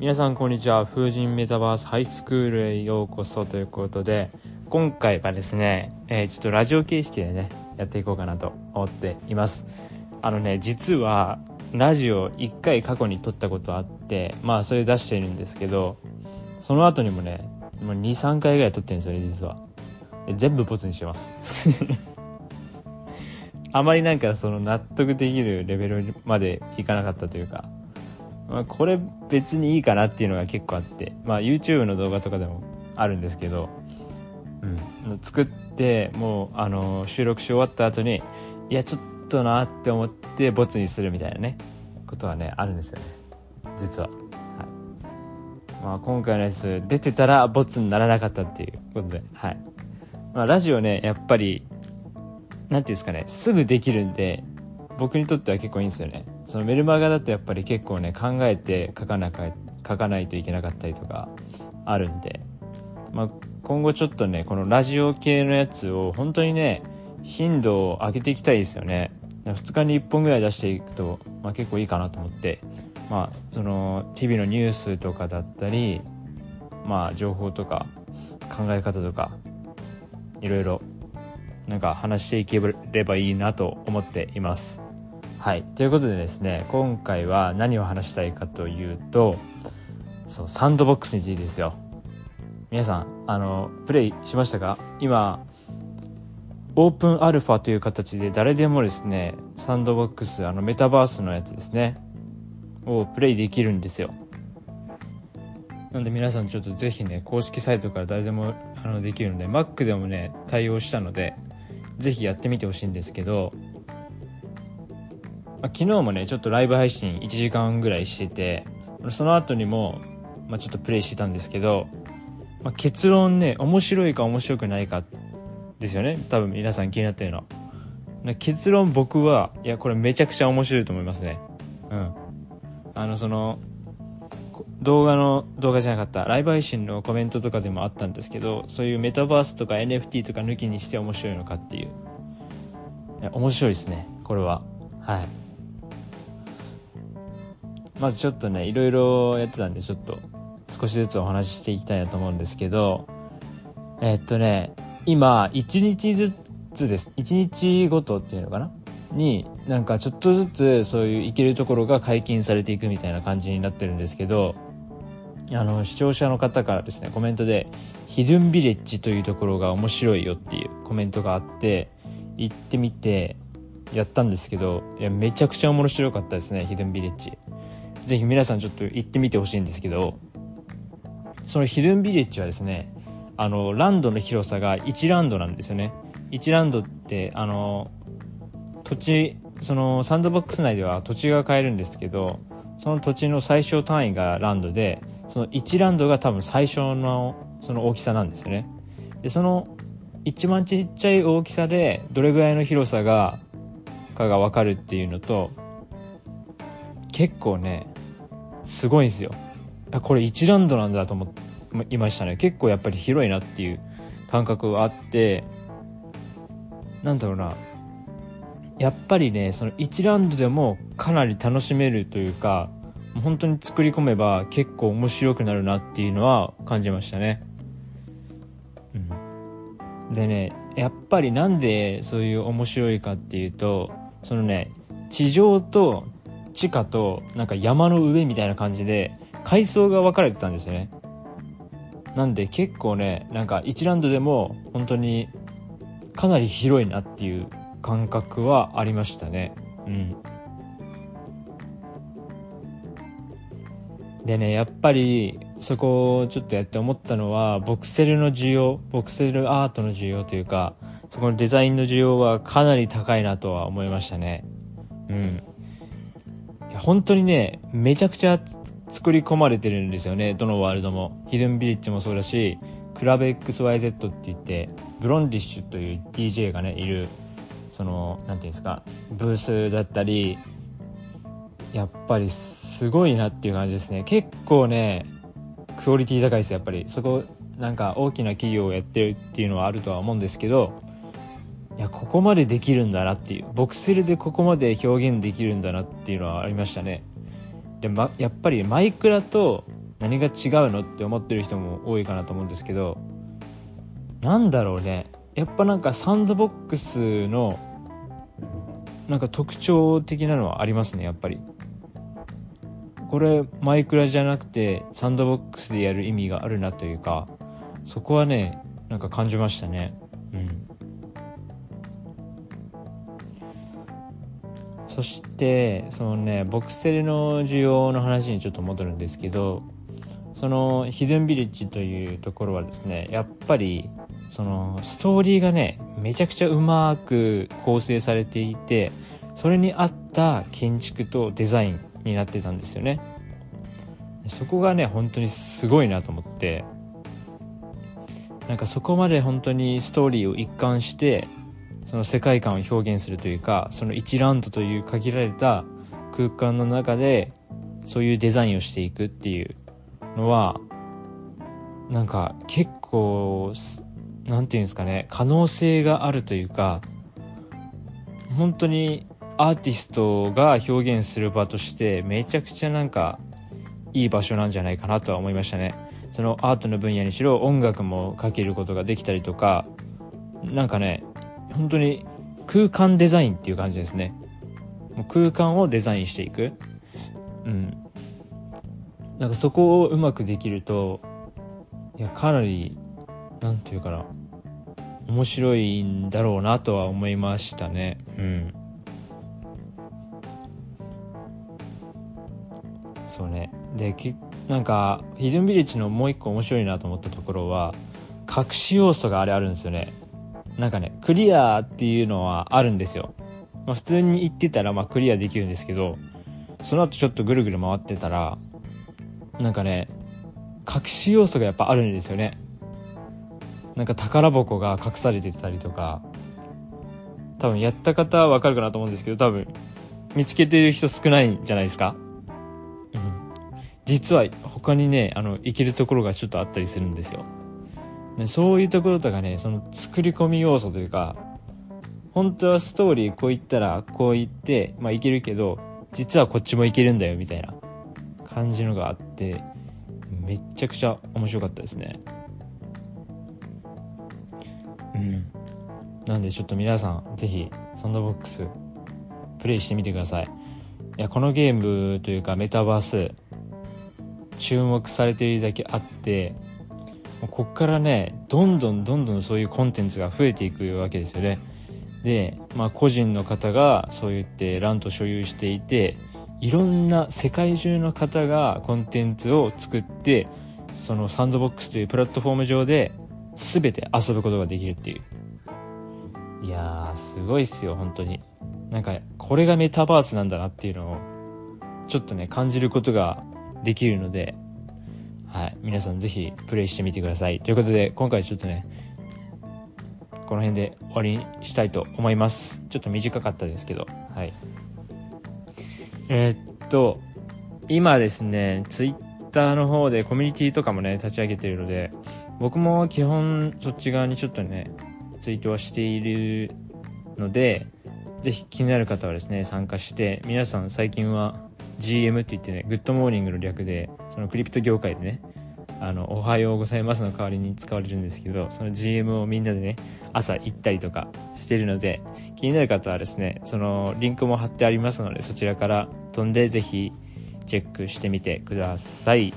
皆さんこんにちは。風神メタバースハイスクールへようこそということで、今回はですね、ちょっとラジオ形式でねやっていこうかなと思っています。実はラジオ1回過去に撮ったことあって、それ出してるんですけど、その後にもねもう 2,3 回ぐらい撮ってるんですよね、実は。全部ボツにしてますあまりその納得できるレベルまでいかなかったというか、これ別にいいかなっていうのが結構あって、YouTube の動画とかでもあるんですけど、作ってもう収録し終わった後にいやちょっとなって思ってボツにするみたいなねことはねあるんですよね、実は。今回のやつ出てたらボツにならなかったっていうことで、ラジオねやっぱりなんていうんですかね、すぐできるんで僕にとっては結構いいんですよね。そのメルマガだとやっぱり結構ね考えて書かないといけなかったりとかあるんで、今後ちょっとねこのラジオ系のやつを本当にね頻度を上げていきたいですよね。2日に1本ぐらい出していくと、結構いいかなと思って、その日々のニュースとかだったり、情報とか考え方とかいろいろ話していければいいなと思っています。ということでですね、今回は何を話したいかというと、サンドボックスについてですよ。皆さんプレイしましたか？今オープンアルファという形で誰でもですねサンドボックスメタバースのやつですねをプレイできるんですよ。なんで皆さんちょっとぜひね公式サイトから誰でもできるので Mac でもね対応したのでぜひやってみてほしいんですけど、昨日もねちょっとライブ配信1時間ぐらいしてて、その後にも、ちょっとプレイしてたんですけど、結論ね面白いか面白くないかですよね。多分皆さん気になってるの結論、僕はいやこれめちゃくちゃ面白いと思いますね。その動画じゃなかったライブ配信のコメントとかでもあったんですけど、そういうメタバースとか NFT とか抜きにして面白いのかっていう、面白いですねこれは。まずちょっとねいろいろやってたんでちょっと少しずつお話ししていきたいなと思うんですけど、今1日ずつです。1日ごとっていうのかなにちょっとずつそういう行けるところが解禁されていくみたいな感じになってるんですけど、視聴者の方からですねコメントでヒドゥンビレッジというところが面白いよっていうコメントがあって、行ってみてやったんですけど、めちゃくちゃ面白かったですね。ヒドゥンビレッジぜひ皆さんちょっと行ってみてほしいんですけど、そのヒドゥンビレッジはですねランドの広さが1ランドなんですよね。1ランドって土地、そのサンドボックス内では土地が買えるんですけど、その土地の最小単位がランドで、その1ランドが多分最小のその大きさなんですよね。でその一番ちっちゃい大きさでどれぐらいの広さかが分かるっていうのと、結構ねすごいんですよ。これ1ランドなんだと思いましたね。結構やっぱり広いなっていう感覚があって、やっぱりねその1ラウンドでもかなり楽しめるというか、本当に作り込めば結構面白くなるなっていうのは感じましたね。でねやっぱりなんでそういう面白いかっていうと、そのね地上と地下と山の上みたいな感じで階層が分かれてたんですよね。なんで結構ね1ラウンドでも本当にかなり広いなっていう感覚はありましたね。でねやっぱりそこをちょっとやって思ったのは、ボクセルアートの需要というか、そこのデザインの需要はかなり高いなとは思いましたね。いや本当にねめちゃくちゃ作り込まれてるんですよね、どのワールドも。ヒドゥンビレッジもそうだし、クラブ XYZ って言ってブロンディッシュという DJ がねいる、そのなんていうんですか、ブースだったり、やっぱりすごいなっていう感じですね。結構ねクオリティ高いです。やっぱりそこ大きな企業をやってるっていうのはあるとは思うんですけど、いやここまでできるんだなっていう、ボクセルでここまで表現できるんだなっていうのはありましたね。で、やっぱりマイクラと何が違うのって思ってる人も多いかなと思うんですけど、なんだろうね、やっぱなんかサンドボックスのなんか特徴的なのはありますね。やっぱりこれマイクラじゃなくてサンドボックスでやる意味があるなというか、そこはねなんか感じましたね。そしてそのね、ボクセルの需要の話にちょっと戻るんですけど、そのヒドゥンビレッジというところはですね、やっぱりそのストーリーがねめちゃくちゃうまく構成されていて、それに合った建築とデザインになってたんですよね。そこがね本当にすごいなと思って、なんかそこまで本当にストーリーを一貫してその世界観を表現するというか、その1ラウンドという限られた空間の中でそういうデザインをしていくっていうのは、なんか結構なんていうんですかね、可能性があるというか、本当にアーティストが表現する場としてめちゃくちゃなんかいい場所なんじゃないかなとは思いましたね。そのアートの分野にしろ音楽もかけることができたりとか、なんかね本当に空間デザインっていう感じですね。もう空間をデザインしていく。なんかそこをうまくできると、いやかなりなんていうかな、面白いんだろうなとは思いましたね。そうね。でなんかヒドゥンビレッジのもう一個面白いなと思ったところは、隠し要素があるんですよね。なんかねクリアっていうのはあるんですよ。普通に行ってたらクリアできるんですけど、その後ちょっとぐるぐる回ってたらなんかね隠し要素がやっぱあるんですよね。なんか宝箱が隠されてたりとか、多分やった方はわかるかなと思うんですけど、多分見つけてる人少ないんじゃないですか。実は他にね行けるところがちょっとあったりするんですよ。そういうところとかね、その作り込み要素というか、本当はストーリーこう言ったらこう言っていけるけど、実はこっちもいけるんだよみたいな感じのがあって、めっちゃくちゃ面白かったですね。なんでちょっと皆さんぜひサンドボックスプレイしてみてください。いやこのゲームというかメタバース注目されているだけあって、こっからねどんどんそういうコンテンツが増えていくわけですよね。で、個人の方がそう言ってラント所有していて、いろんな世界中の方がコンテンツを作って、そのサンドボックスというプラットフォーム上で全て遊ぶことができるっていう。いやーすごいっすよ本当に。なんかこれがメタバースなんだなっていうのをちょっとね感じることができるので、皆さんぜひプレイしてみてください。ということで今回ちょっとねこの辺で終わりにしたいと思います。ちょっと短かったですけど、今ですねツイッターの方でコミュニティとかもね立ち上げているので、僕も基本そっち側にちょっとねツイートはしているので、ぜひ気になる方はですね参加して、皆さん最近は GM って言ってね、グッドモーニングの略で、そのクリプト業界でねおはようございますの代わりに使われるんですけど、その GM をみんなでね朝行ったりとかしてるので、気になる方はですねそのリンクも貼ってありますので、そちらから飛んでぜひチェックしてみてください。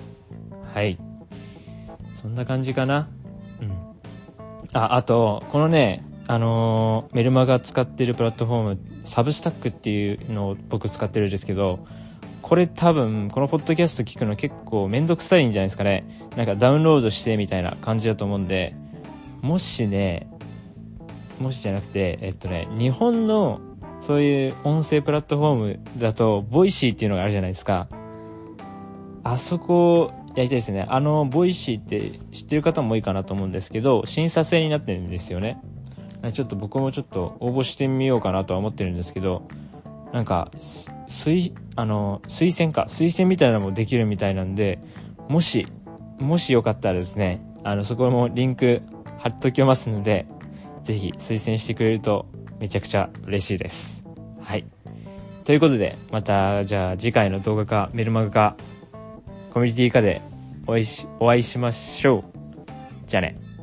そんな感じかな。あとこのねメルマガ使ってるプラットフォームサブスタックっていうのを僕使ってるんですけど、これ多分このポッドキャスト聞くの結構めんどくさいんじゃないですかね。なんかダウンロードしてみたいな感じだと思うんで、もしじゃなくて日本のそういう音声プラットフォームだとボイシーっていうのがあるじゃないですか。あそこやりたいですね。ボイシーって知ってる方も多いかなと思うんですけど、審査制になってるんですよね。ちょっと僕もちょっと応募してみようかなとは思ってるんですけど、なんか推薦みたいなのもできるみたいなんで、もしよかったらですねそこもリンク貼っときますので、ぜひ推薦してくれるとめちゃくちゃ嬉しいです。ということで、またじゃあ次回の動画かメルマガかコミュニティかでお会いしましょう。じゃあね。